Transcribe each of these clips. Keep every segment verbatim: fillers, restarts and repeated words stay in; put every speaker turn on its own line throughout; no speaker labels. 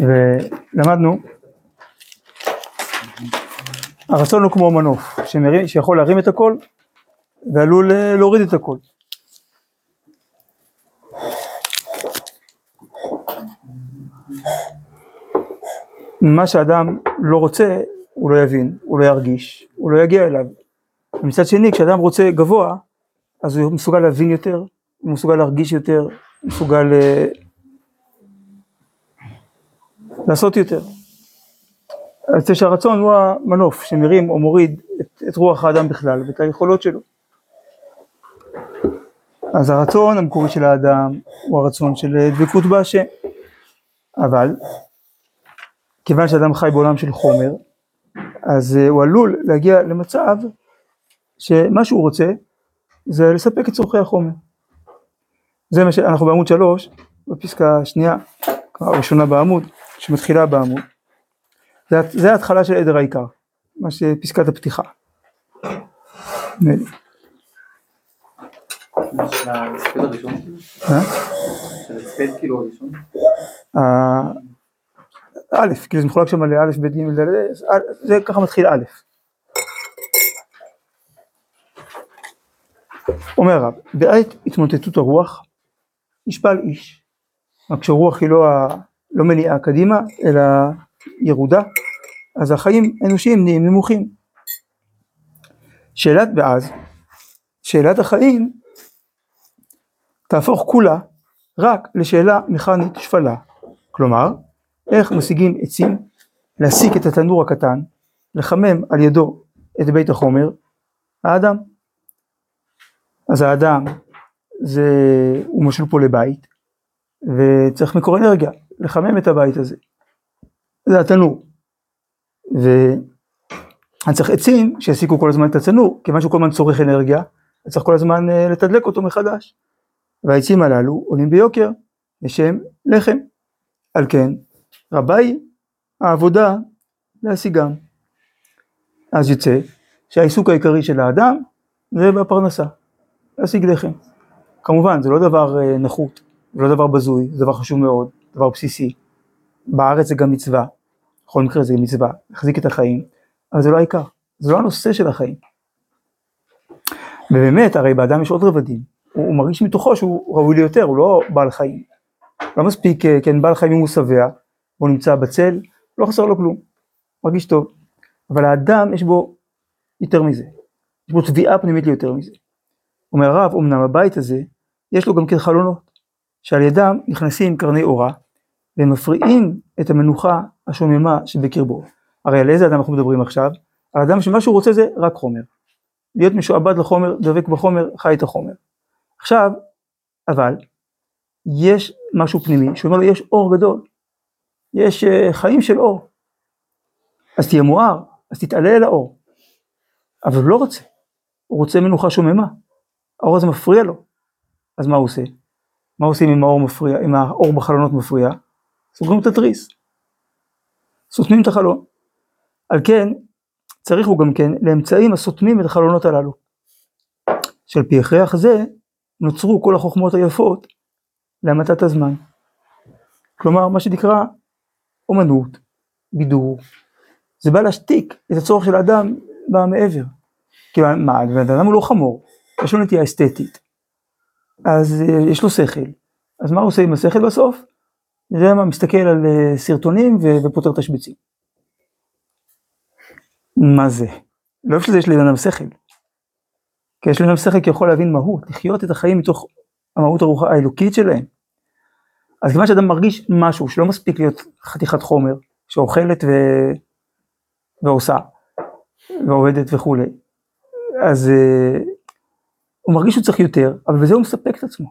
ולמדנו, הרצון הוא כמו מנוף, שמרים, שיכול להרים את הכל, ועלול להוריד את הכל. מה שאדם לא רוצה, הוא לא יבין, הוא לא ירגיש, הוא לא יגיע אליו. ומצד שני, כשאדם רוצה גבוה, אז הוא מסוגל להבין יותר, הוא מסוגל להרגיש יותר, הוא מסוגל לעשות יותר. אז שהרצון הוא המנוף שמרים או מוריד את, את רוח האדם בכלל ואת היכולות שלו. אז הרצון המקורי של האדם הוא הרצון של דבקות בהשם. אבל כיוון שאדם חי בעולם של חומר, אז הוא עלול להגיע למצב שמה שהוא רוצה זה לספק את צורכי החומר. זה מה שאנחנו בעמוד שלוש, בפסקה השנייה, הראשונה בעמוד, שמתחילה בעמוד. זה, זה ההתחלה של עדר העיקר, מה שפסקת הפתיחה. נדמה לי.
של הספד הראשון?
אה?
של הספד כאילו הראשון?
א', כאילו זה מחולק שם לא', ב', ג', ד', זה ככה מתחיל א'. אומר הרב, בעת התמוטטות הרוח, ישפל איש. רק כשהרוח היא לא, לא מניעה קדימה, אלא ירודה, אז החיים אנושיים נהיים נמוכים. שאלת באז, שאלת החיים, תהפוך כולה רק לשאלה מכנית שפלה. כלומר, איך משיגים עצים, להסיק את התנור הקטן, לחמם על ידו את בית החומר, האדם. אז האדם, זה, הוא משול פה לבית, וצריך מקור אנרגיה, לחמם את הבית הזה. זה התנור. ואני צריך עצים שיסיקו כל הזמן את התנור, כיוון שהוא כל הזמן צורך אנרגיה, צריך כל הזמן לתדלק אותו מחדש. והעצים הללו עולים ביוקר, לשם לחם. על כן, רבה היא העבודה להשיגם. אז יוצא שהעיסוק העיקרי של האדם זה בפרנסה, להשיג לחם. כמובן, זה לא דבר נחות, זה לא דבר בזוי, זה דבר חשוב מאוד, דבר בסיסי. בארץ זה גם מצווה, בכל מקרה זה מצווה, להחזיק את החיים, אבל זה לא העיקר, זה לא הנושא של החיים. ובאמת, הרי באדם יש עוד רבדים, הוא, הוא מרגיש מתוכו שהוא ראוי ליותר, הוא לא בעל חיים. לא מספיק, כן, בעל חיים אם הוא שבע, הוא נמצא בצל, לא חסר לו כלום, מרגיש טוב. אבל האדם יש בו יותר מזה, יש בו תביעה פנימית ליותר מזה. אומר הרב, אמנם הבית הזה, יש לו גם כן חלונות, שעל ידם נכנסים קרני אורה, והם מפריעים את המנוחה השוממה שבקרבו. הרי על איזה אדם אנחנו מדברים עכשיו? על אדם שמה שהוא רוצה זה רק חומר. להיות משועבד לחומר, דבק בחומר, חי את החומר. עכשיו, אבל, יש משהו פנימי, שאומר לו, יש אור גדול, יש uh, חיים של אור. אז תהיה מואר, אז תתעלה אל האור. אבל הוא לא רוצה, הוא רוצה מנוחה שוממה. האור הזה מפריע לו. אז מה הוא עושה? מה עושים אם האור מפריע, אם האור בחלונות מפריע? סוגרים את התריס. סותמים את החלון. על כן, צריך הוא גם כן לאמצעים הסותמים את החלונות הללו. של פי הכרח זה, נוצרו כל החוכמות היפות להמתת הזמן. כלומר, מה שנקרא אומנות, בידור, זה בא להשתיק את הצורך של האדם במעבר. כי מה, האדם הוא לא חמור, יש לו נטייה אסתטית, אז יש לו שכל. אז מה הוא עושה עם השכל בסוף? זה מה, מסתכל על סרטונים ופותר תשבצים. מה זה? לא שזה יש לאדם שכל. כי יש לאדם שכל כי יכול להבין מהות, לחיות את החיים מתוך המהות הרוח האלוקית שלהם. אז כיוון שאדם מרגיש משהו שלא מספיק להיות חתיכת חומר, שאוכלת ו... ועושה, ועובדת וכו'. אז uh, הוא מרגיש שהוא צריך יותר, אבל בזה הוא מספק את עצמו.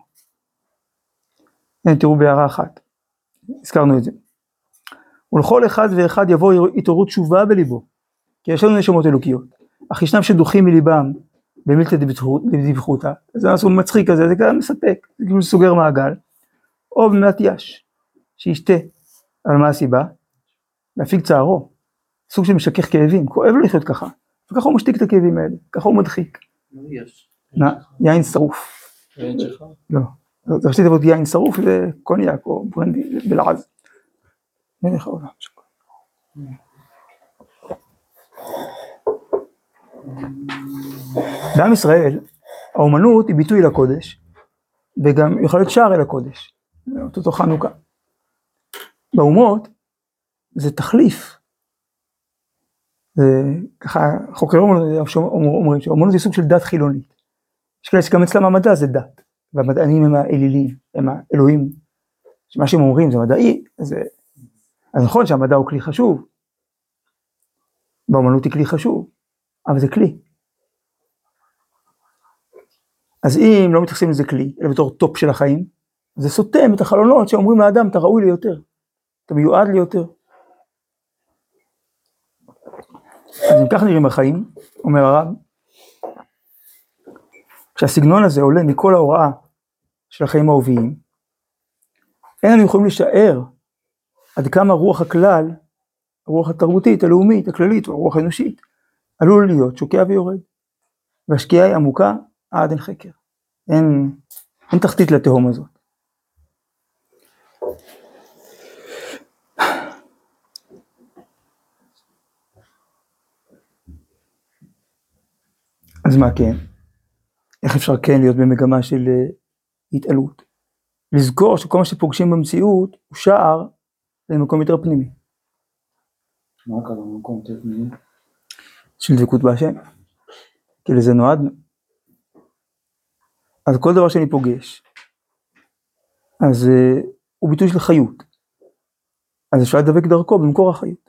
תראו בהערה אחת, הזכרנו את זה. ולכל אחד ואחד יבוא התעוררות תשובה בליבו, כי יש לנו נשמות אלוקיות, אך ישנם שדוחים מליבם במילתא דבדיחותא, זה משהו מצחיק כזה, זה גם מספק, זה כאילו סוגר מעגל, או במעט יש, שישתה. אבל מה הסיבה? להפיג צערו, סוג שמשכך כאבים, כואב לו לחיות ככה, וככה הוא משתיק את הכאבים האלה, ככה הוא מדחיק.
יש.
יין שרוף.
יין שלך?
לא, זה ראשי תיבות יין שרוף, זה קוניאק או ברנדי בלעז. מלך העולם. בעם ישראל, האומנות היא ביטוי לקודש, וגם יכול להיות שער אל הקודש, אותו חנוכה. באומות, זה תחליף. זה ככה, חוקרים אומרים שהאומנות היא סוג של דת חילונית. יש כאלה שגם אצלם המדע זה דת, והמדענים הם האלילים, הם האלוהים. מה שהם אומרים זה מדעי, אז, אז נכון שהמדע הוא כלי חשוב, באומנות היא כלי חשוב, אבל זה כלי. אז אם לא מתייחסים לזה כלי, אלא בתור טופ של החיים, זה סותם את החלונות שאומרים לאדם, אתה ראוי ליותר, אתה מיועד ליותר. אז אם כך נראים החיים, אומר הרב, כשהסגנון הזה עולה מכל ההוראה של החיים האהוביים, אין לנו יכולים לשער עד כמה רוח הכלל, הרוח התרבותית, הלאומית, הכללית, או הרוח האנושית, עלול להיות שוקע ויורד. והשקיעה היא עמוקה עד אין חקר. אין, אין תחתית לתהום הזאת. אז מה כן? איך אפשר כן להיות במגמה של התעלות? לזכור שכל מה שפוגשים במציאות הוא שער למקום יותר פנימי.
מה קרה במקום יותר פנימי?
של דבקות בהשם. כי לזה נועדנו. אז כל דבר שאני פוגש, אז uh, הוא ביטוי של חיות. אז אפשר לדבק דרכו במקור החיות.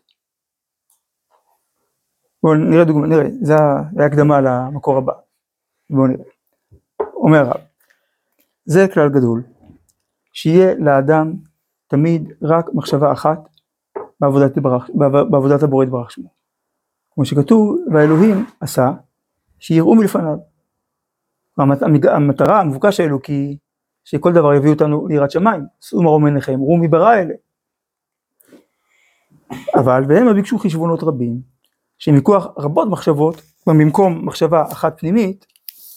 בואו נראה דוגמה, נראה, זה ההקדמה למקור הבא. בואו נראה. אומר הרב, זה כלל גדול, שיהיה לאדם תמיד רק מחשבה אחת בעבודת, ברך, בעבודת הבורא יתברך שמו. כמו שכתוב, והאלוהים עשה שיראו מלפניו. המטרה, המבוקש האלו, כי שכל דבר יביא אותנו ליראת שמיים, שאו מרום עיניכם, ראו מי ברא אלה. אבל והם ביקשו חשבונות רבים, שמכוח רבות מחשבות, במקום מחשבה אחת פנימית,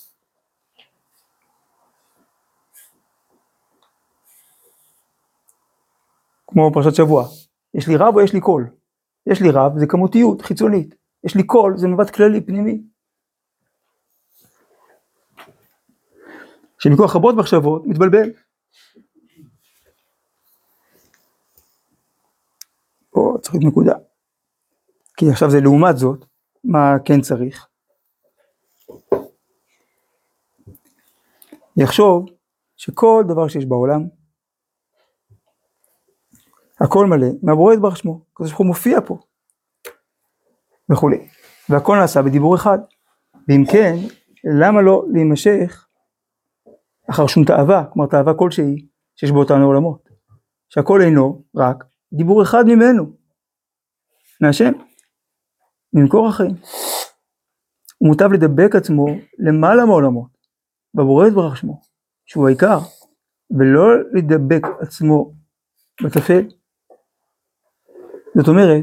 כמו פרשת שבוע, יש לי רב או יש לי קול? יש לי רב, זה כמותיות, חיצונית. יש לי קול, זה מבט כללי, פנימי. שמכוח רבות מחשבות, מתבלבל. פה צריך להיות נקודה. כי עכשיו זה לעומת זאת, מה כן צריך? יחשוב שכל דבר שיש בעולם, הכל מלא, מהבורא יתברך שמו, כזה שהוא מופיע פה, וכו'. והכל נעשה בדיבור אחד. ואם כן, למה לא להימשך אחר שום תאווה, כלומר תאווה כלשהי, שיש באותנו עולמות, שהכל אינו רק דיבור אחד ממנו, מהשם, ממקור החיים. הוא מוטב לדבק עצמו למעלה מעולמות, בבורא יתברך שמו, שהוא העיקר, ולא לדבק עצמו בטפל. זאת אומרת,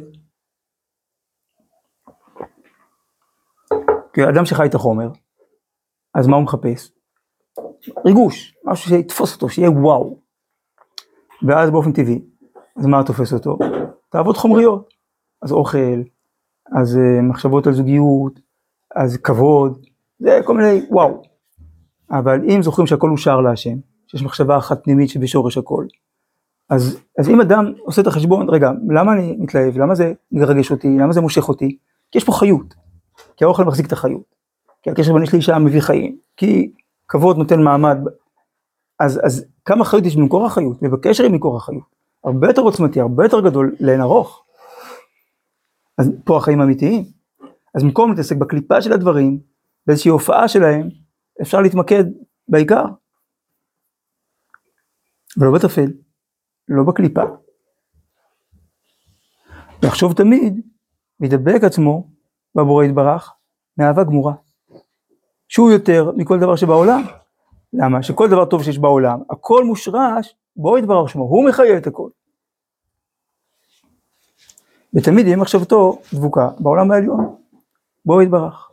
כאדם שחי את החומר, אז מה הוא מחפש? ריגוש, משהו שיתפוס אותו, שיהיה וואו. ואז באופן טבעי, אז מה תופס אותו? תאוות חומריות. אז אוכל, אז מחשבות על זוגיות, אז כבוד, זה כל מיני וואו. אבל אם זוכרים שהכל הוא שער להשם, שיש מחשבה אחת פנימית שבשורש הכל, אז, אז אם אדם עושה את החשבון, רגע, למה אני מתלהב? למה זה מרגש אותי? למה זה מושך אותי? כי יש פה חיות. כי האוכל מחזיק את החיות. כי הקשר בין איש לאישה מביא חיים. כי כבוד נותן מעמד. אז, אז כמה חיות יש במקור החיות? ובקשר עם מקור החיות. הרבה יותר עוצמתי, הרבה יותר גדול, לאין ארוך. אז פה החיים אמיתיים. אז במקום להתעסק בקליפה של הדברים, באיזושהי הופעה שלהם, אפשר להתמקד בעיקר. ולא בטפל. לא בקליפה. לחשוב תמיד, לדבק עצמו בבורא יתברך, מאהבה גמורה. שהוא יותר מכל דבר שבעולם. למה? שכל דבר טוב שיש בעולם, הכל מושרש, בורא יתברך שמו, הוא מחיה את הכל. ותמיד יהיה מחשבתו דבוקה בעולם העליון, בורא יתברך.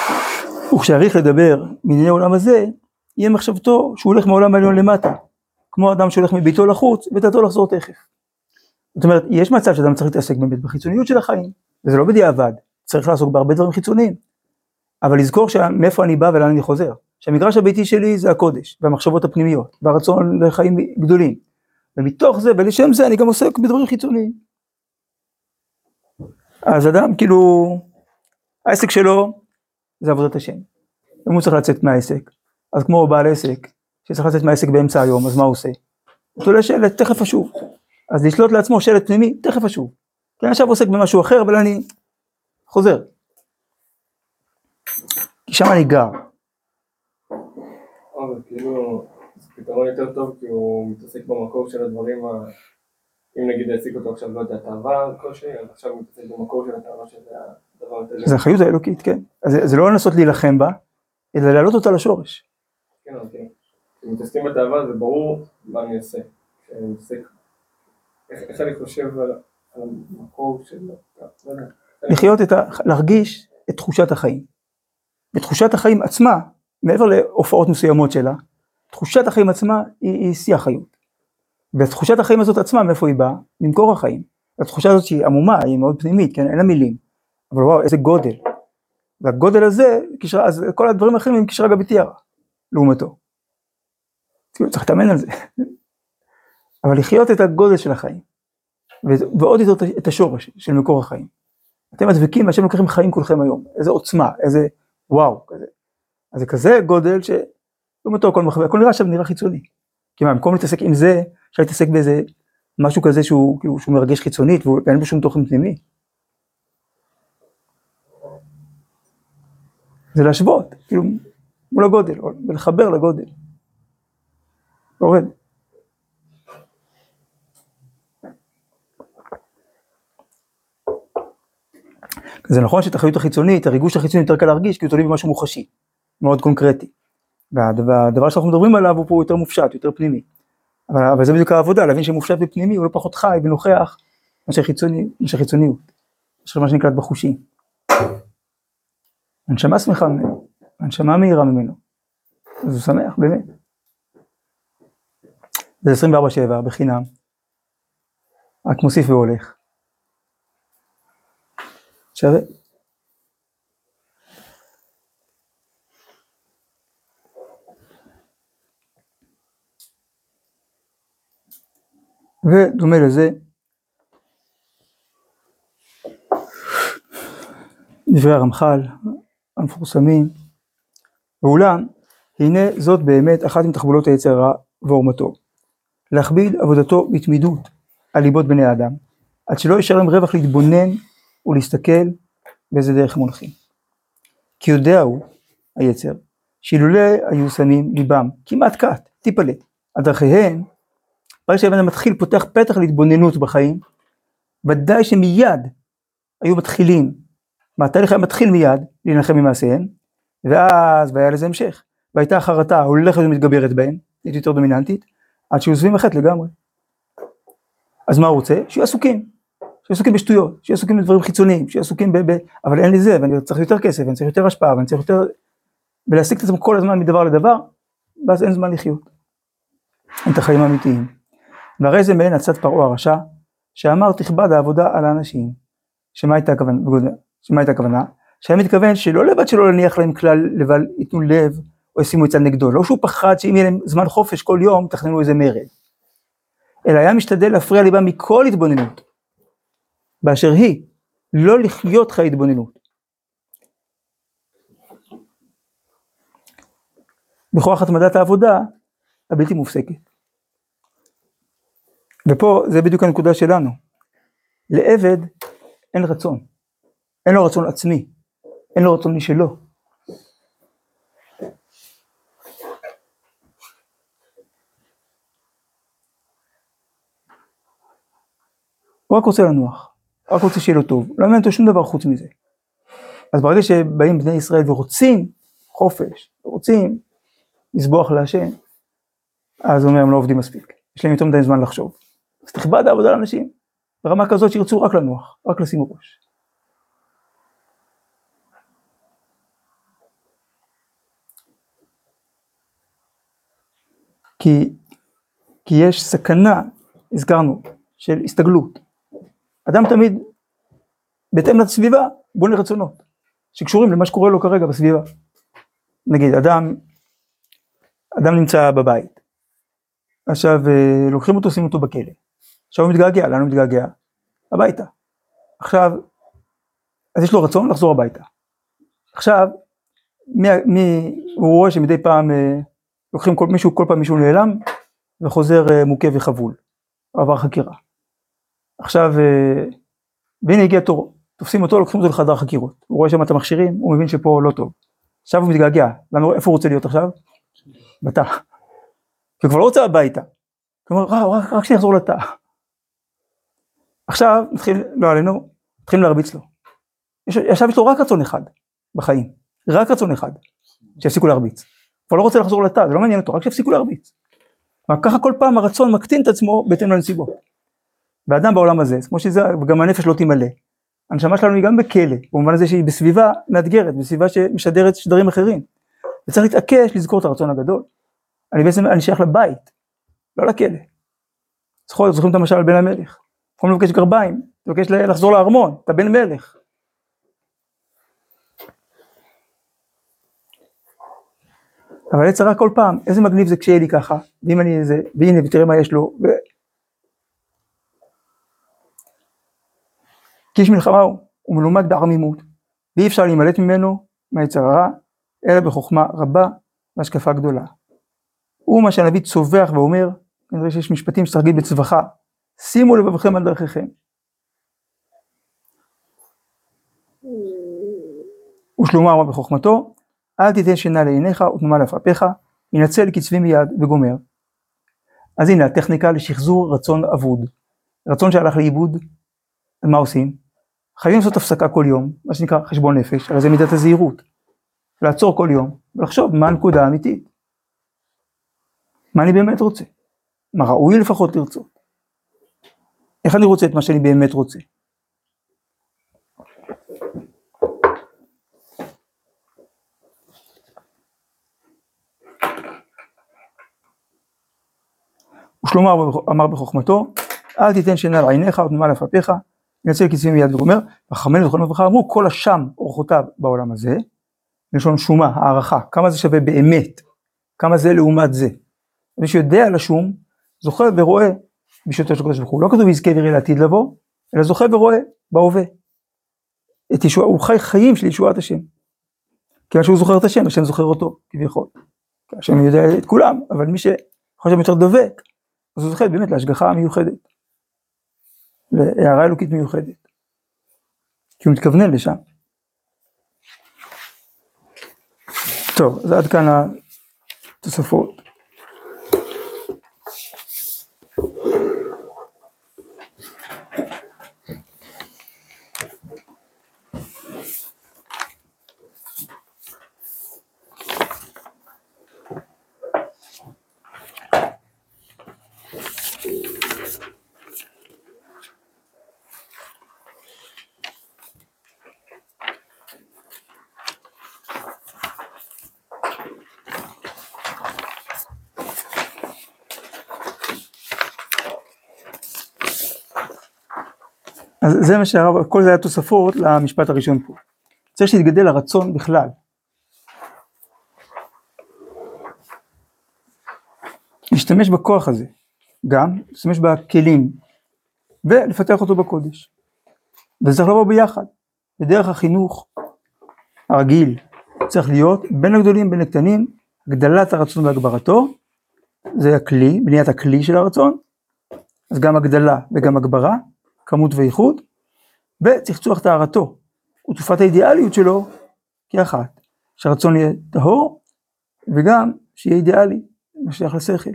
וכשיאריך לדבר מענייני העולם הזה, יהיה מחשבתו שהוא הולך מהעולם העליון למטה, כמו אדם שהולך מביתו לחוץ, ביתתו לחזור תכף. זאת אומרת, יש מצב שאדם צריך להתעסק באמת בחיצוניות של החיים, וזה לא בדיעבד, צריך לעסוק בהרבה דברים חיצוניים, אבל לזכור מאיפה אני בא ולאן אני חוזר, שהמגרש הביתי שלי זה הקודש, והמחשבות הפנימיות, והרצון לחיים גדולים, ומתוך זה ולשם זה אני גם עוסק בדברים חיצוניים. אז אדם כאילו, העסק שלו זה עבודת השם, אם הוא צריך לצאת מהעסק, אז כמו בעל עסק, שצריך לצאת מהעסק באמצע היום, אז מה הוא עושה? הוא תולה שלט, תכף אשוב. אז לשלוט לעצמו שלט פנימי, תכף אשוב. כי אני עכשיו עוסק במשהו אחר, אבל אני חוזר. כי שם אני גר.
אבל כאילו, זה פתרון יותר טוב, כי הוא מתעסק במקור של הדברים, אם נגיד להציג אותו עכשיו, לא יודע, תאווה כלשהי, אז עכשיו הוא מתעסק במקור של התאווה שזה הדבר יותר...
זה החיות האלוקית, כן. אז זה לא לנסות להילחם בה, אלא להעלות אותה לשורש.
כן, כן. כשמתעסקים בתאווה, זה ברור מה אני עושה. כשאני מתעסק, איך אני חושב על המקור של... לא יודע.
לחיות את ה... להרגיש את תחושת החיים. ותחושת החיים עצמה, מעבר להופעות מסוימות שלה, תחושת החיים עצמה היא, היא שיא החיות. ותחושת החיים הזאת עצמה, מאיפה היא באה? ממקור החיים. התחושה הזאת שהיא עמומה, היא מאוד פנימית, כן? אין לה מילים. אבל וואו, איזה גודל. והגודל הזה, קשרה, אז כל הדברים האחרים הם קשרה גביתיארה, לעומתו. צריך לתאמן על זה. אבל לחיות את הגודל של החיים, ועוד יותר את השורש של מקור החיים. אתם מדבקים, והשם לוקחים חיים כולכם היום. איזה עוצמה, איזה וואו, כזה. אז זה כזה גודל שלעומתו הכל מחווה, הכל נראה עכשיו נראה חיצוני. כי מה, במקום להתעסק עם זה, אפשר להתעסק באיזה משהו כזה שהוא, כאילו, שהוא מרגש חיצונית, ואין בו שום תוכן פנימי. זה להשוות, כאילו, מול הגודל, ולחבר לגודל. יורד. זה נכון שאת החיות החיצונית, הריגוש החיצוני יותר קל להרגיש, כי הוא תלוי במשהו מוחשי, מאוד קונקרטי. והדבר שאנחנו מדברים עליו הוא פה יותר מופשט, יותר פנימי. אבל, אבל זה בדיוק העבודה, להבין שמופשט ופנימי הוא לא פחות חי ונוכח, מאשר חיצוני, מאשר חיצוניות, מאשר מה שנקראת בחושים. הנשמה שמחה ממנו, הנשמה מהירה ממנו, אז הוא שמח, באמת. זה עשרים וארבע שבע, בחינם, רק מוסיף והולך. שווה. ודומה לזה, דברי הרמח"ל המפורסמים, ואולם, הנה זאת באמת אחת מתחבולות היצר הרע ועורמתו, להכביד עבודתו בתמידות על ליבות בני האדם, עד שלא יישאר להם רווח להתבונן ולהסתכל באיזה דרך הם הולכים. כי יודע הוא, היצר, שאילולא היו שמים ליבם כמעט קט, טיפלה, על דרכיהם, ברגע שהבן מתחיל פותח פתח להתבוננות בחיים, ודאי שמיד היו מתחילים, מהתהליך היה מתחיל מיד להילחם ממעשיהם, ואז והיה לזה המשך, והייתה החרטה הולכת ומתגברת בהם, היא יותר דומיננטית, עד שיהיו עוזבים החטא לגמרי. אז מה הוא רוצה? שיהיו עסוקים, שיהיו עסוקים בשטויות, שיהיו עסוקים בדברים חיצוניים, שיהיו עסוקים ב... ב... אבל אין לי זה, ואני צריך יותר כסף, ואני צריך יותר השפעה, ואני צריך יותר... ולהשיג את עצמו כל הזמן מדבר לדבר, ואז אין זמן לחיות. אין את החיים האמיתיים. והרי זה מעין הצד פרעה הרשע, שאמר תכבד העבודה על האנשים. שמה הייתה הכוונה? שמה הייתה הכוונה? שהיה מתכוון שלא לבד שלא להניח להם כלל, לבל ייתנו לב, או ישימו אצל נגדו. לא שהוא פחד שאם יהיה להם זמן חופש כל יום, תכננו איזה מרד. אלא היה משתדל להפריע ליבם מכל התבוננות, באשר היא, לא לחיות חיי התבוננות. בכוח התמדת העבודה, הבלתי מופסקת. ופה זה בדיוק הנקודה שלנו. לעבד אין רצון. אין לו רצון עצמי. אין לו רצון משלו. הוא רק רוצה לנוח. רק רוצה שיהיה לו טוב. לא מעניין אותו שום דבר חוץ מזה. אז ברגע שבאים בני ישראל ורוצים חופש, ורוצים לסבוח להשם, אז הוא אומר, הם לא עובדים מספיק. יש להם יותר מדי זמן לחשוב. אז תכבד העבודה לאנשים, ברמה כזאת שירצו רק לנוח, רק לשים ראש. כי, כי יש סכנה, הזכרנו, של הסתגלות. אדם תמיד, בהתאם לסביבה, בונה רצונות, שקשורים למה שקורה לו כרגע בסביבה. נגיד, אדם, אדם נמצא בבית, עכשיו לוקחים אותו, שים אותו בכלא, עכשיו הוא מתגעגע, לאן הוא מתגעגע? הביתה. עכשיו, אז יש לו רצון לחזור הביתה. עכשיו, מי, מי, הוא רואה שמדי פעם לוקחים כל, מישהו, כל פעם מישהו נעלם, וחוזר מוכה וחבול, עבר חקירה. עכשיו, והנה הגיע תורו, תופסים אותו, לוקחים אותו לחדר חקירות, הוא רואה שם את המכשירים, הוא מבין שפה לא טוב. עכשיו הוא מתגעגע, למה, איפה הוא רוצה להיות עכשיו? בתא. כי הוא כבר לא רוצה הביתה, כלומר, רק, רק שנחזור לתא. עכשיו, מתחיל, לא עלינו, מתחילים להרביץ לו. יש, עכשיו יש לו רק רצון אחד בחיים, רק רצון אחד, שיפסיקו להרביץ. הוא לא רוצה לחזור לתא, זה לא מעניין אותו, רק שיפסיקו להרביץ. ככה כל פעם הרצון מקטין את עצמו בהתאם לנסיבות. ואדם בעולם הזה, כמו שזה, וגם הנפש לא תימלא. הנשמה שלנו היא גם בכלא, במובן הזה שהיא בסביבה מאתגרת, בסביבה שמשדרת שדרים אחרים. וצריך להתעקש לזכור את הרצון הגדול. אני בעצם, אני שייך לבית, לא לכלא. זכור, זוכרים את המשל על בן המלך. יכולים לבקש גרביים, לבקש לחזור לארמון, אתה בן מלך. אבל יצרה כל פעם, איזה מגניב זה כשיהיה לי ככה, ואם אני איזה, והנה, ותראה מה יש לו, ו... כי איש מלחמה הוא, הוא מלומד בערמימות, ואי אפשר להימלט ממנו, מהיצר הרע, אלא בחוכמה רבה, והשקפה גדולה. הוא מה שהנביא צווח ואומר, כנראה שיש משפטים שצריך להגיד בצווחה, שימו לבבכם על דרכיכם. ושלמה אמר בחוכמתו, אל תיתן שינה לעיניך ותנומה לעפעפיך, ינצל קצבי מיד וגומר. אז הנה הטכניקה לשחזור רצון אבוד. רצון שהלך לאיבוד, מה עושים? חייבים לעשות הפסקה כל יום, מה שנקרא חשבון נפש, הרי זה מידת הזהירות. לעצור כל יום ולחשוב מה הנקודה האמיתית. מה אני באמת רוצה? מה ראוי לפחות לרצות? איך אני רוצה את מה שאני באמת רוצה? ושלמה אמר בחוכמתו, אל תיתן שינה לעיניך ותנומה לעפעפיך, ינצל קצבי מיד וגומר. וחכמינו זכרונם לברכה אמרו, כל השם אורחותיו בעולם הזה, מלשון שומה, הערכה, כמה זה שווה באמת, כמה זה לעומת זה. מי שיודע על השום, זוכה ורואה בשעתו של הקדוש ברוך הוא. לא כתוב יזכה ויראה לעתיד לבוא, אלא זוכה ורואה בהווה. את ישוע, הוא חי חיים של ישועת השם. כיוון שהוא זוכר את השם, השם זוכר אותו, כביכול. השם יודע את כולם, אבל מי שחושב יותר דבק, אז הוא זוכה באמת להשגחה מיוחדת. להערה אלוקית מיוחדת. כי הוא מתכוונן לשם. טוב, אז עד כאן התוספות. אז זה מה שהרב, כל זה היה תוספות למשפט הראשון פה. צריך שתתגדל הרצון בכלל. להשתמש בכוח הזה, גם להשתמש בכלים, ולפתח אותו בקודש. וזה צריך לבוא ביחד. בדרך החינוך הרגיל צריך להיות בין הגדולים בין הקטנים, הגדלת הרצון והגברתו, זה הכלי, בניית הכלי של הרצון, אז גם הגדלה וגם הגברה, כמות ואיכות, וצחצוח טהרתו, ותקופת האידיאליות שלו כאחת, שהרצון יהיה טהור, וגם שיהיה אידיאלי, מה שייך לשכל.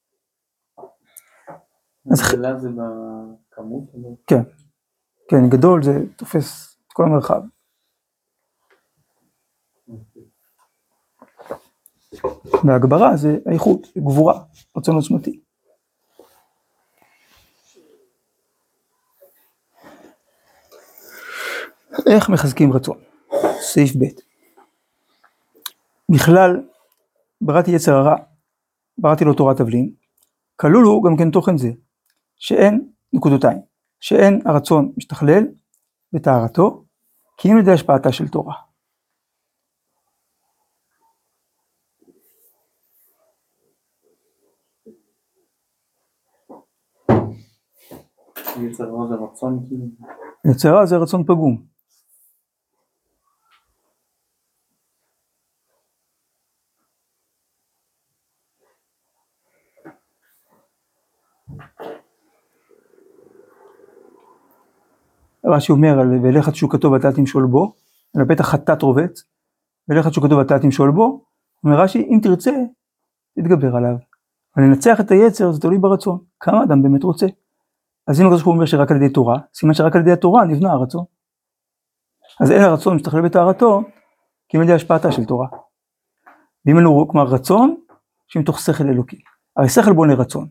הגדלה זה בכמות?
כן, כן, גדול זה תופס את כל המרחב. והגברה זה האיכות, זה גבורה, רצון עוצמתי. איך מחזקים רצון? סעיף ב'. בכלל, בראתי יצר הרע, בראתי לו תורת תבלין, כלול הוא גם כן תוכן זה, שאין נקודותיים, שאין הרצון משתכלל בטהרתו, כי אם לידי השפעתה של תורה.
יצר הרע זה רצון כאילו.
יצר הרע זה רצון פגום. רש"י אומר, ולך תשוקתו ואתה תמשול בו, על הפתח חטאת רובץ, ולך תשוקתו ואתה תמשול בו, אומר רש"י, אם תרצה, תתגבר עליו. אבל לנצח את היצר זה תלוי ברצון, כמה אדם באמת רוצה. אז אם הקדוש ברוך הוא אומר שרק על ידי תורה, סימן שרק על ידי התורה נבנה הרצון. אז אין הרצון משתכלל בטהרתו, כי אם על ידי השפעתה של תורה. ואם אלו כלומר רצון, שמתוך שכל אלוקי. הרי שכל בונה רצון.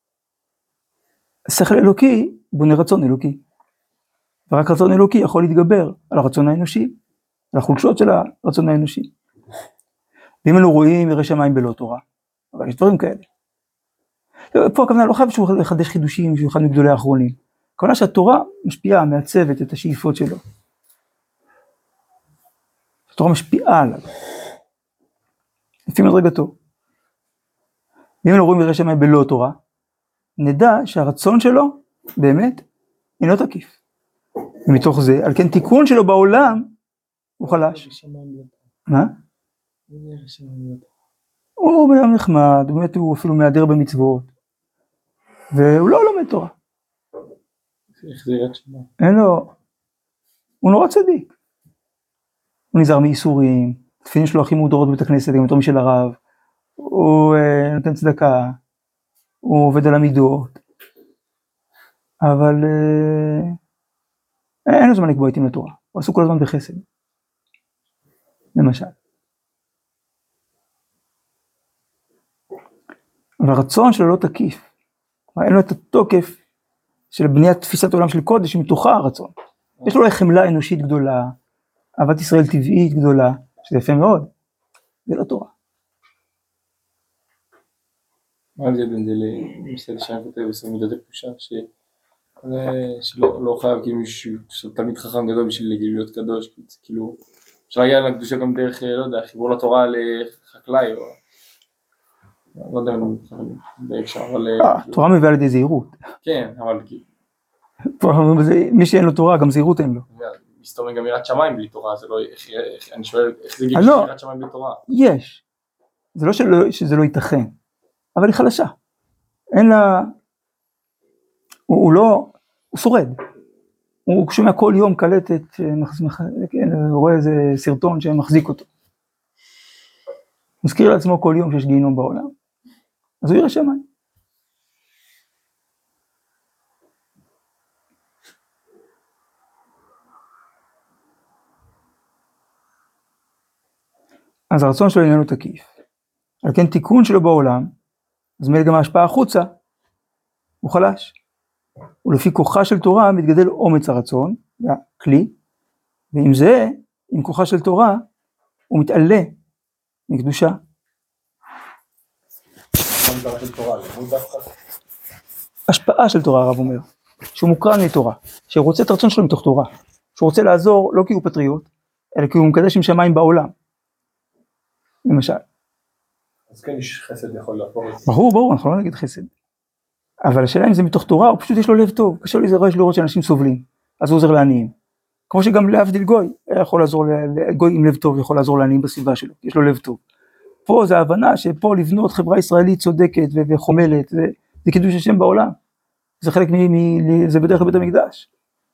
שכל אלוקי בונה רצון אלוקי. ורק רצון אלוקי יכול להתגבר על הרצון האנושי, על החולשות של הרצון האנושי. ואם אלו רואים ירא שמיים בלא תורה, אבל יש דברים כאלה. פה הכוונה לא חייב שהוא לחדש חידושים שהוא אחד מגדולי האחרונים. הכוונה שהתורה משפיעה, מעצבת את השאיפות שלו. התורה משפיעה עליו. לפי מדרגתו. ואם אלו רואים ירא שמיים בלא תורה, נדע שהרצון שלו באמת אינו תקיף. ומתוך זה, על כן תיקון שלו בעולם, הוא חלש. מה? הוא בן נחמד, באמת הוא אפילו מהדר במצוות, והוא לא לומד תורה.
איך זה ירד שמה?
אין לו, הוא נורא צדיק. הוא נזהר מאיסורים, תפילין שלו הכי מודרות בבית הכנסת, גם יותר משל הרב, הוא uh, נותן צדקה, הוא עובד על המידות, אבל uh, אין לו זמן לקבוע איתים לתורה, הוא עשו כל הזמן בחסד, למשל. אבל הרצון שלו לא תקיף, אין לו את התוקף של בניית תפיסת עולם של קודש, שמתוכה הרצון. יש לו אולי חמלה אנושית גדולה, אהבת ישראל טבעית גדולה, שזה יפה מאוד, זה לא תורה.
מה זה בין זה למסעד שאני כותב עושה מידת הקדושה, שלא חייב כאילו מישהו תלמיד חכם גדול בשביל להיות קדוש, כאילו אפשר להגיע לקדושה גם דרך, לא יודע, חיבור לתורה לחקלאי או לא יודע אם אפשר, אבל
תורה מביאה לידי זהירות.
כן, אבל
מי שאין לו תורה גם זהירות אין לו.
מסתובב גם יראת שמיים בלי תורה, זה לא, אני שואל איך זה גיל יראת שמיים בלי תורה?
יש, זה לא שזה לא ייתכן, אבל היא חלשה, אין לה, הוא לא, הוא שורד, הוא שומע כל יום קלטת, הוא רואה איזה סרטון שמחזיק אותו, מזכיר לעצמו כל יום שיש גיהינום בעולם, אז הוא ירא שמיים. אז הרצון שלו איננו תקיף, על כן תיקון שלו בעולם, אז מיד גם ההשפעה החוצה, הוא חלש. ולפי כוחה של תורה מתגדל אומץ הרצון, זה הכלי, ועם זה, עם כוחה של תורה, הוא מתעלה מקדושה. השפעה של תורה, הרב אומר, שהוא מוקרן מתורה, שהוא רוצה את הרצון שלו מתוך תורה, שהוא רוצה לעזור לא כי הוא פטריוט, אלא כי הוא מקדש עם שמיים בעולם. למשל.
אז כן, יש חסד יכול להפור את זה.
ברור, ברור, אנחנו לא נגיד חסד. אבל השאלה אם זה מתוך תורה, הוא פשוט יש לו לב טוב, קשה לו לזרוע, יש לו לראות שאנשים סובלים, אז הוא עוזר לעניים. כמו שגם להבדיל גוי, יכול לעזור, גוי עם לב טוב יכול לעזור לעניים בסביבה שלו, יש לו לב טוב. פה זה ההבנה שפה לבנות חברה ישראלית צודקת וחומלת, זה, זה קידוש השם בעולם. זה חלק מ... מ זה בדרך לבית המקדש.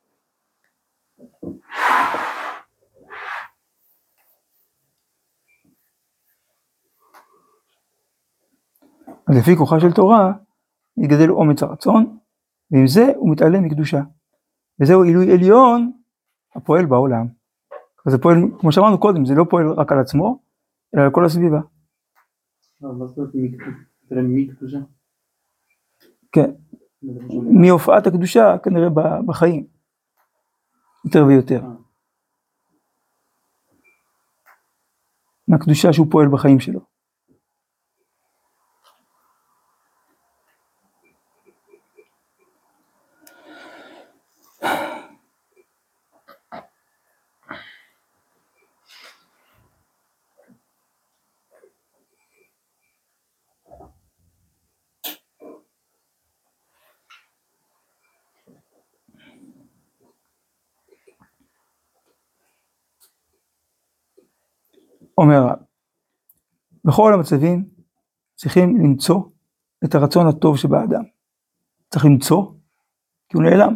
אז לפי כוחה של תורה, יגדל אומץ הרצון, ועם זה הוא מתעלה מקדושה. וזהו עילוי עליון, הפועל בעולם. אז זה פועל, כמו שאמרנו קודם, זה לא פועל רק על עצמו, אלא על כל הסביבה.
מה זאת אומרת מקדושה?
כן. מהופעת הקדושה, כנראה בחיים. יותר ויותר. מהקדושה שהוא פועל בחיים שלו. אומר הרב, בכל המצבים צריכים למצוא את הרצון הטוב שבאדם. צריך למצוא, כי הוא נעלם.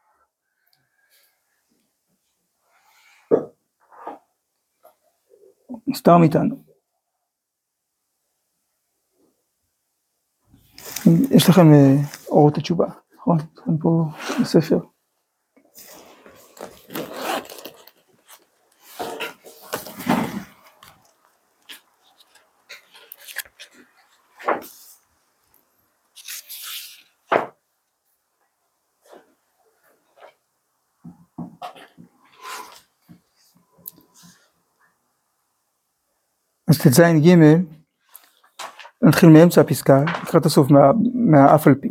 נסתר מאיתנו. יש לכם אורות התשובה, נכון? יש לכם פה בספר. אז תז ג' נתחיל מאמצע הפסקה, לקראת הסוף מה, מהאף על פי.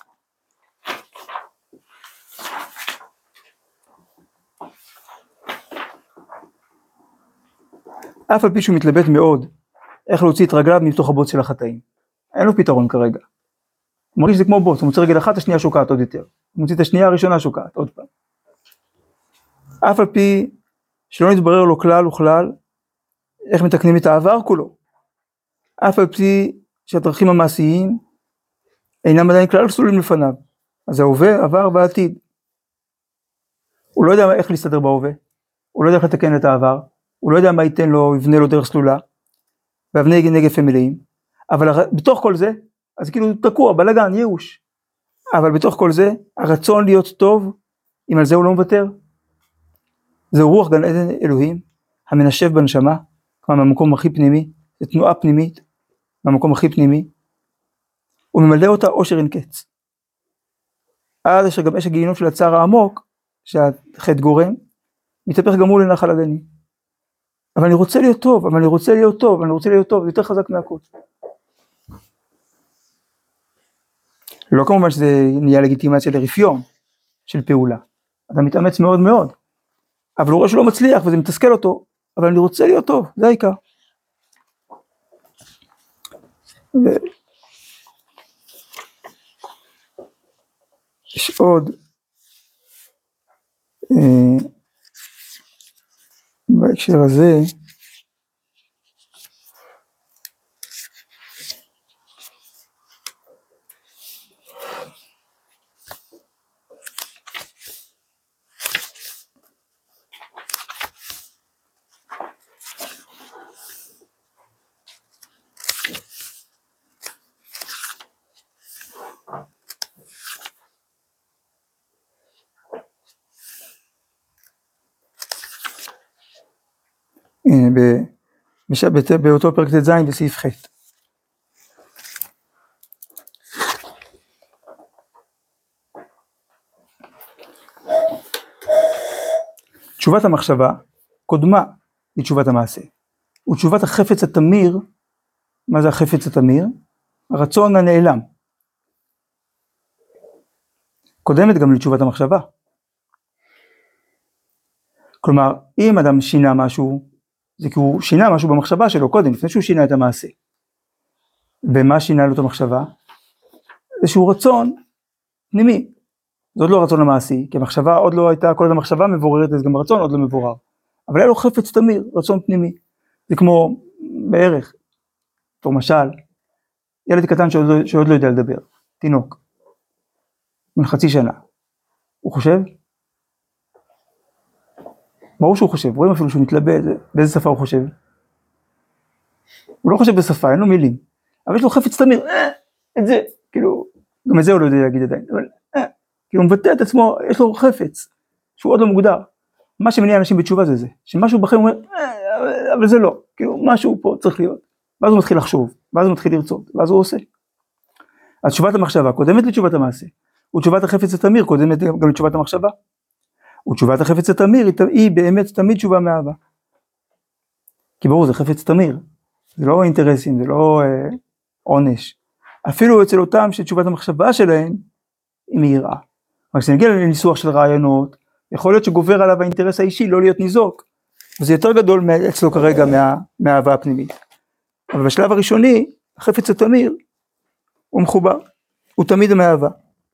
אף על פי שהוא מתלבט מאוד איך להוציא את רגליו מתוך הבוץ של החטאים. אין לו פתרון כרגע. הוא מרגיש שזה כמו בוץ, הוא מוצא רגל אחת, השנייה שוקעת עוד יותר. הוא מוציא את השנייה הראשונה שוקעת עוד פעם. אף על פי שלא נתברר לו כלל וכלל איך מתקנים את העבר כולו. אף על פי שהדרכים המעשיים אינם עדיין כלל סלולים לפניו. אז ההווה, עבר ועתיד. הוא לא יודע איך להסתדר בהווה. הוא לא יודע איך לתקן את העבר. הוא לא יודע מה ייתן לו, יבנה לו דרך סלולה. ואבני נגף הם מלאים. אבל בתוך כל זה, אז כאילו תקוע, בלגן, ייאוש. אבל בתוך כל זה, הרצון להיות טוב, אם על זה הוא לא מוותר. זהו רוח גן עדן אלוהים, המנשב בנשמה, כמו מהמקום הכי פנימי, זה תנועה פנימית, מהמקום הכי פנימי, הוא ממלא אותה אושר אין קץ. עד אשר גם אש הגיהינום של הצער העמוק, שהחטא גורם, מתהפך גם הוא לנחל עדני. אבל אני רוצה להיות טוב, אבל אני רוצה להיות טוב, אבל אני רוצה להיות טוב, זה יותר חזק מהכל. לא כמובן שזה נהיה לגיטימציה לרפיון של פעולה. אדם מתאמץ מאוד מאוד, אבל הוא רואה שלא מצליח וזה מתסכל אותו, אבל אני רוצה להיות טוב, זה העיקר. יש עוד אה, בהקשר הזה הנה, באותו פרק ט"ז בסעיף ח'. תשובת המחשבה קודמה לתשובת המעשה, ותשובת החפץ התמיר, מה זה החפץ התמיר? הרצון הנעלם. קודמת גם לתשובת המחשבה. כלומר, אם אדם שינה משהו, זה כי הוא שינה משהו במחשבה שלו קודם, לפני שהוא שינה את המעשה. ומה שינה לו את המחשבה? זה שהוא רצון פנימי. זה עוד לא רצון המעשי, כי המחשבה עוד לא הייתה, כל עוד המחשבה מבוררת, אז גם הרצון עוד לא מבורר. אבל היה לו חפץ תמיר, רצון פנימי. זה כמו בערך, או משל, ילד קטן שעוד לא, שעוד לא יודע לדבר, תינוק, בן חצי שנה. הוא חושב? ברור שהוא חושב, רואים אפילו שהוא מתלבט, באיזה שפה הוא חושב. הוא לא חושב בשפה, אין לו מילים. אבל יש לו חפץ תמיר, אה, את זה, כאילו, גם את זה הוא לא יודע להגיד עדיין, אבל, אה, כאילו הוא מבטא את עצמו, יש לו חפץ, שהוא עוד לא מוגדר. מה שמניע אנשים בתשובה זה זה, שמשהו בחיים אומר, אה, אבל זה לא, כאילו, משהו פה צריך להיות. ואז הוא מתחיל לחשוב, ואז הוא מתחיל לרצות, ואז הוא עושה. אז תשובת המחשבה קודמת לתשובת המעשה, ותשובת החפץ התמיר קודמת גם לתשובת המחשבה. ותשובת החפץ התמיר היא באמת תמיד תשובה מאהבה. כי ברור, זה חפץ תמיר, זה לא אינטרסים, זה לא אה, עונש. אפילו אצל אותם שתשובת המחשבה שלהם היא מהירה. רק כשנגיע לניסוח של רעיונות, יכול להיות שגובר עליו האינטרס האישי לא להיות ניזוק, וזה יותר גדול אצלו כרגע מה, מהאהבה הפנימית. אבל בשלב הראשוני, החפץ התמיר הוא מחובר, הוא תמיד מאהבה.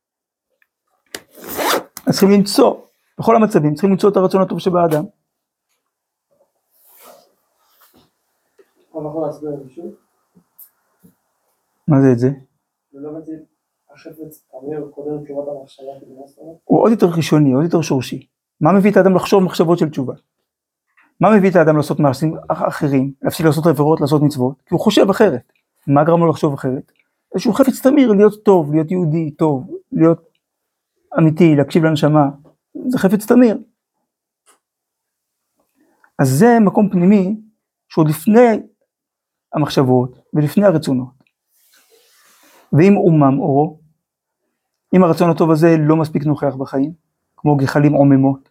אז צריכים למצוא, בכל המצבים, צריכים למצוא את הרצון הטוב שבאדם.
אני יכול להסביר את זה שוב?
מה זה את זה?
לא הבנתי, החפץ תמיר קודם תשובת המחשבה כדי מה זאת אומרת?
הוא עוד יותר ראשוני, עוד יותר שורשי. מה מביא את האדם לחשוב מחשבות של תשובה? מה מביא את האדם לעשות מעשים אחרים, להפסיק לעשות עבירות, לעשות מצוות? כי הוא חושב אחרת. מה גרם לו לחשוב אחרת? איזשהו חפץ תמיר, להיות טוב, להיות יהודי, טוב, להיות אמיתי, להקשיב לנשמה. זה חפץ תמיר. אז זה מקום פנימי, שעוד לפני המחשבות ולפני הרצונות. ואם עומם אורו, אם הרצון הטוב הזה לא מספיק נוכח בחיים, כמו גחלים עוממות,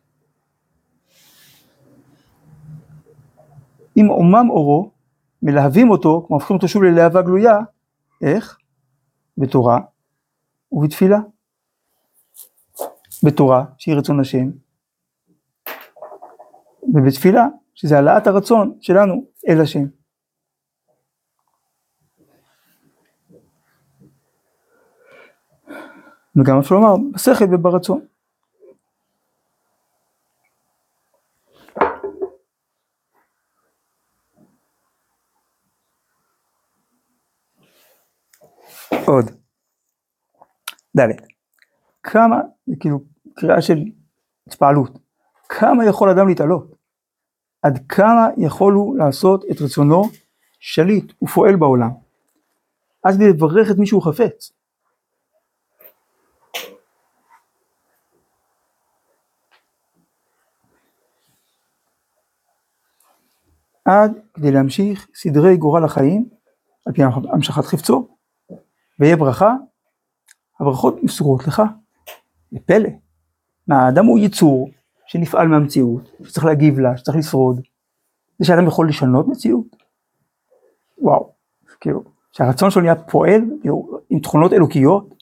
אם עומם אורו, מלהבים אותו, כמו הופכים אותו שוב ללהבה גלויה, איך? בתורה ובתפילה. בתורה, שהיא רצון השם, ובתפילה, שזה העלאת הרצון שלנו אל השם. וגם אפשר לומר, בשכל וברצון. עוד. ד' כמה, זה כאילו קריאה של התפעלות, כמה יכול אדם להתעלות? עד כמה יכול הוא לעשות את רצונו שליט ופועל בעולם? עד כדי לברך את מי שהוא חפץ. עד כדי להמשיך סדרי גורל החיים, על פי המשכת חפצו, ויהיה ברכה, הברכות מסורות לך, לפלא. האדם הוא יצור שנפעל מהמציאות, שצריך להגיב לה, שצריך לשרוד. זה שאדם יכול לשנות מציאות. וואו, כאילו, שהרצון שלו נהיה פועל, כאילו, עם תכונות אלוקיות.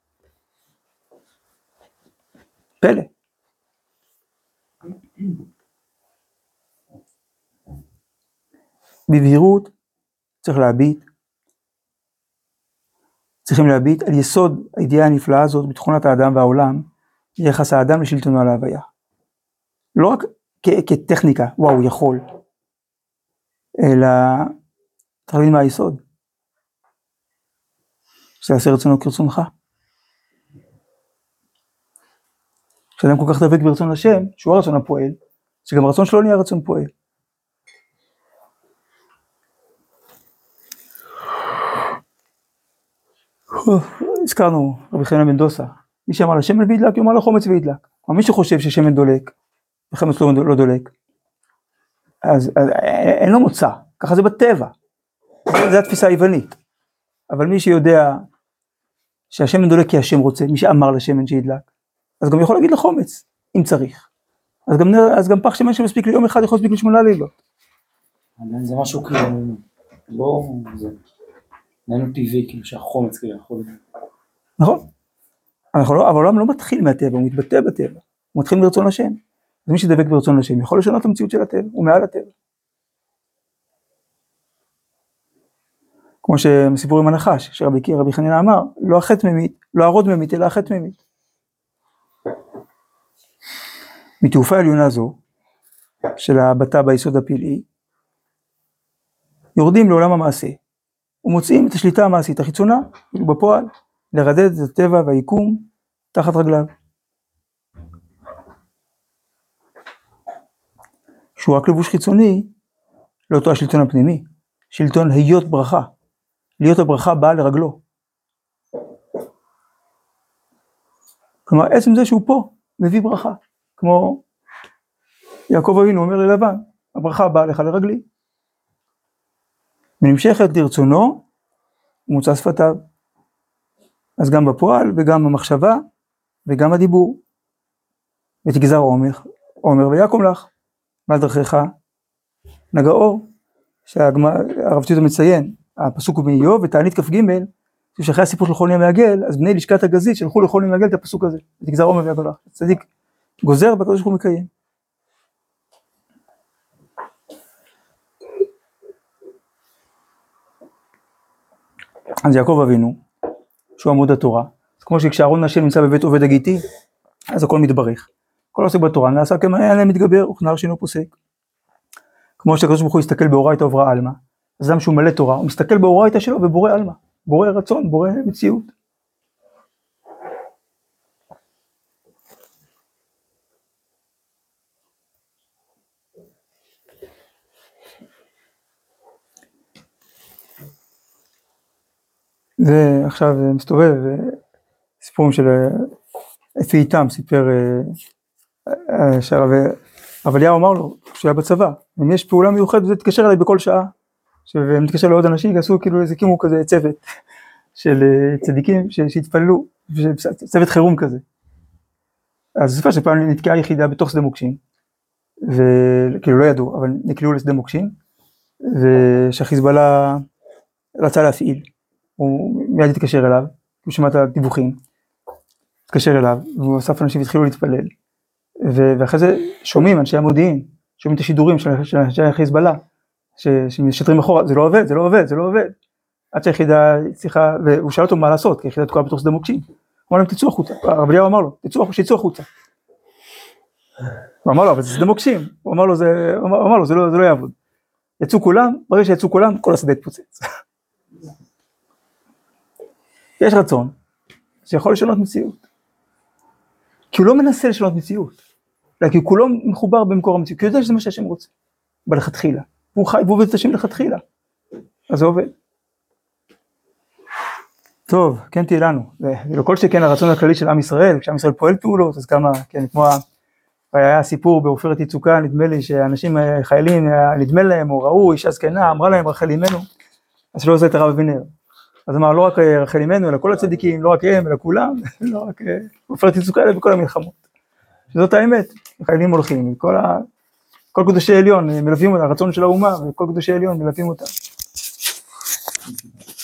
פלא. בבהירות צריך להביט, צריכים להביט על יסוד הידיעה הנפלאה הזאת בתכונת האדם והעולם, יחס האדם לשלטונו על ההוויה. לא רק כ- כטכניקה, וואו, יכול, אלא צריך להבין מה היסוד. שיעשה רצונו כרצונך. כשאדם כל כך דבק ברצון השם, שהוא הרצון הפועל, שגם הרצון שלו נהיה רצון פועל. הזכרנו רבי חנינא בן דוסא, מי שאמר לשמן וידלק, יאמר לחומץ וידלק. מי שחושב ששמן דולק, וחמץ לא, לא דולק, אז, אז אין לו מוצא, ככה זה בטבע, זה התפיסה היוונית. אבל מי שיודע שהשמן דולק כי השם רוצה, מי שאמר לשמן שידלק, אז גם יכול להגיד לחומץ, אם צריך. אז גם, אז גם פח שמן שמספיק ליום אחד, יכול להספיק לשמונה לילות.
זה משהו כאילו, לא, זה נהנו טבעי, כאילו שהחומץ כאילו יכול...
נכון. אבל העולם לא מתחיל מהטבע, הוא מתבטא בטבע, הוא מתחיל ברצון השם. אז מי שדבק ברצון השם יכול לשנות את המציאות של הטבע, הוא מעל הטבע. כמו שמסיפור עם הנחש, שרבי רבי חנינא אמר, לא החטא ממית, לא הרוד ממית, אלא החטא ממית. מתעופה עליונה זו, של הבטא ביסוד הפלאי, יורדים לעולם המעשה, ומוצאים את השליטה המעשית החיצונה, בפועל, לרדד את הטבע והיקום תחת רגליו. שהוא רק לבוש חיצוני, לאותו השלטון הפנימי, שלטון היות ברכה, להיות הברכה באה לרגלו. כלומר, עצם זה שהוא פה, מביא ברכה, כמו יעקב אבינו אומר ללבן, הברכה באה לך לרגלי. ונמשכת לרצונו, ומוצא שפתיו. אז גם בפועל, וגם במחשבה, וגם הדיבור. ותגזר עומר, עומר ויקום לך, מעל דרכך, נגע אור, שהרב ציודה מציין, הפסוק הוא מאיוב, ותענית כף ג' שאחרי הסיפור של חוני המעגל, אז בני לשכת הגזית שלחו לחוני המעגל את הפסוק הזה, ותגזר עומר ויקום לך. צדיק גוזר והקדוש ברוך הוא מקיים. אז יעקב אבינו, שהוא עמוד התורה, כמו שכשאהרון השם נמצא בבית עובד הגיתי, אז הכל מתברך. כל עוסק בתורה נעשה כמעלה מתגבר, וכנר שאינו פוסק. כמו שהקדוש ברוך הוא הסתכל באורייתא וברא עלמא, אז אדם שהוא מלא תורה, הוא מסתכל באורייתא שלו ובורא עלמא, בורא רצון, בורא מציאות. ועכשיו מסתובב, סיפורים של אפי איתם, סיפר שהרב אליהו אמר לו, כשהוא היה בצבא, אם יש פעולה מיוחדת, זה תתקשר אליי בכל שעה, והם מתקשר לעוד אנשים, יעשו כאילו איזה קימו כזה צוות של צדיקים שהתפללו, צוות חירום כזה. אז ספר שפעם נתקעה יחידה בתוך שדה מוקשים, וכאילו לא ידעו, אבל נקלעו לשדה מוקשים, ושהחיזבאללה רצה להפעיל. הוא מיד התקשר אליו, הוא שמע את הדיווחים, התקשר אליו, והוא אסף אנשים התחילו להתפלל, ואחרי זה שומעים אנשי המודיעין, שומעים את השידורים של אנשי החיזבאללה, שמשתרים אחורה, זה לא עובד, זה לא עובד, זה לא עובד, עד שהיחידה צריכה, והוא שאל אותו מה לעשות, כי היחידה תקועה בתוך שדה מוקשים, הוא אמר להם תצאו החוצה, הרב אליהו אמר לו, שיצאו החוצה, הוא אמר לו, אבל זה שדה מוקשים, הוא אמר לו, זה, הוא אמר לו, זה לא, זה לא יעבוד, יצאו כולם, ברגע שיצאו כולם, כל השדה התפוצץ. יש רצון שיכול לשנות מציאות, כי הוא לא מנסה לשנות מציאות, אלא כי הוא כולו מחובר במקור המציאות, כי הוא יודע שזה מה שהשם רוצה, בלכתחילה, והוא חי, והוא עובד את השם לכתחילה, אז זה עובד. טוב, כן תהיה לנו, ולכל שכן הרצון הכללי של עם ישראל, כשעם ישראל פועל פעולות, אז כמה, כן, כמו היה סיפור בעופרת יצוקה, נדמה לי שאנשים, חיילים, נדמה להם, או ראו, אישה זקנה, אמרה להם רחל אימנו, אז שלא עושה את הרב אבינר. אז אמר, לא רק רחל אימנו, אלא כל הצדיקים, לא רק הם, אלא כולם, לא רק עופרת יצוקה, אלא בכל המלחמות. שזאת האמת, חיילים הולכים, כל, ה... כל קדושי עליון מלווים אותה, הרצון של האומה, וכל קדושי עליון מלווים אותה.